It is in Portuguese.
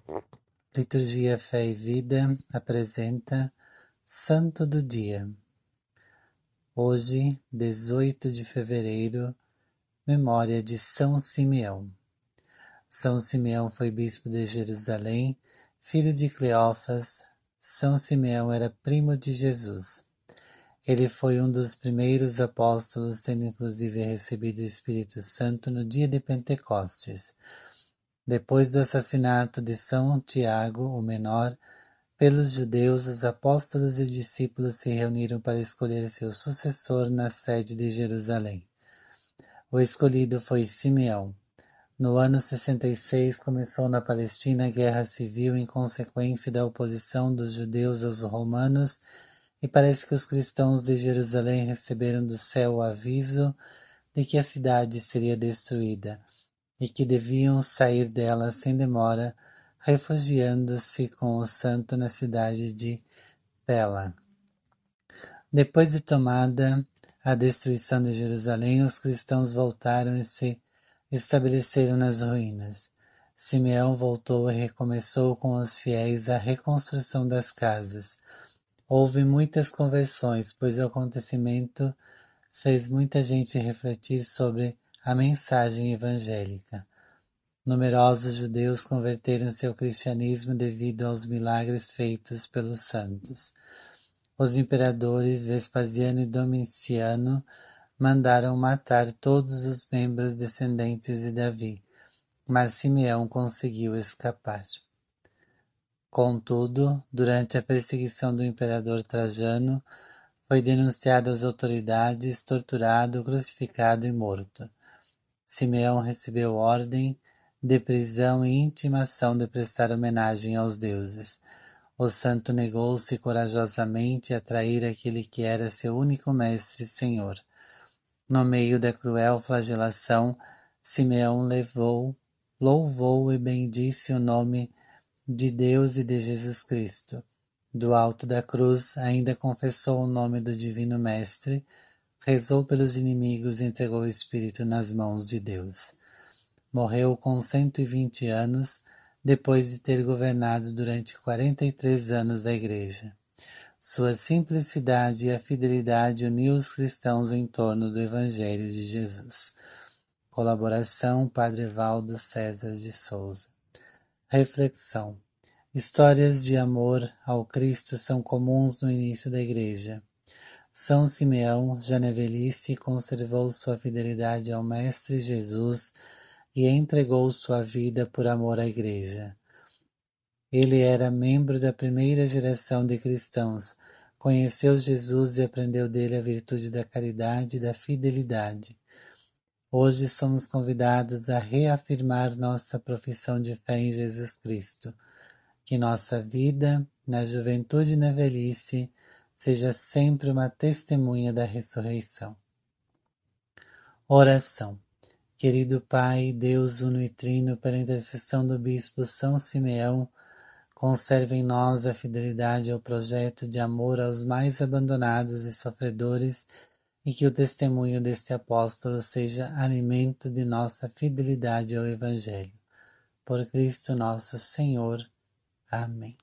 Liturgia Fé e Vida apresenta Santo do Dia. Hoje, 18 de fevereiro, memória de São Simeão. São Simeão foi bispo de Jerusalém, filho de Cleófas. São Simeão era primo de Jesus. Ele foi um dos primeiros apóstolos, tendo inclusive recebido o Espírito Santo no dia de Pentecostes. Depois do assassinato de São Tiago, o Menor, pelos judeus, os apóstolos e discípulos se reuniram para escolher seu sucessor na sede de Jerusalém. O escolhido foi Simeão. No ano 66 começou na Palestina a guerra civil em consequência da oposição dos judeus aos romanos, e parece que os cristãos de Jerusalém receberam do céu o aviso de que a cidade seria destruída e que deviam sair dela sem demora, refugiando-se com o santo na cidade de Pela. Depois de tomada a destruição de Jerusalém, os cristãos voltaram e se estabeleceram nas ruínas. Simeão voltou e recomeçou com os fiéis a reconstrução das casas. Houve muitas conversões, pois o acontecimento fez muita gente refletir sobre a mensagem evangélica. Numerosos judeus converteram-se ao cristianismo devido aos milagres feitos pelos santos. Os imperadores Vespasiano e Domiciano mandaram matar todos os membros descendentes de Davi, mas Simeão conseguiu escapar. Contudo, durante a perseguição do imperador Trajano, foi denunciado às autoridades, torturado, crucificado e morto. Simeão recebeu ordem de prisão e intimação de prestar homenagem aos deuses. O santo negou-se corajosamente a trair aquele que era seu único mestre e senhor. No meio da cruel flagelação, Simeão louvou e bendisse o nome de Deus e de Jesus Cristo. Do alto da cruz, ainda confessou o nome do Divino Mestre, rezou pelos inimigos e entregou o Espírito nas mãos de Deus. Morreu com 120 anos, depois de ter governado durante 43 anos a Igreja. Sua simplicidade e a fidelidade uniu os cristãos em torno do Evangelho de Jesus. Colaboração Padre Valdo César de Souza. Reflexão. Histórias de amor ao Cristo são comuns no início da Igreja. São Simeão, já na velhice, conservou sua fidelidade ao Mestre Jesus e entregou sua vida por amor à Igreja. Ele era membro da primeira geração de cristãos, conheceu Jesus e aprendeu dele a virtude da caridade e da fidelidade. Hoje somos convidados a reafirmar nossa profissão de fé em Jesus Cristo. Que nossa vida, na juventude e na velhice, seja sempre uma testemunha da ressurreição. Oração. Querido Pai, Deus uno e trino, pela intercessão do Bispo São Simeão, conserve em nós a fidelidade ao projeto de amor aos mais abandonados e sofredores, e que o testemunho deste apóstolo seja alimento de nossa fidelidade ao Evangelho. Por Cristo nosso Senhor. Amém.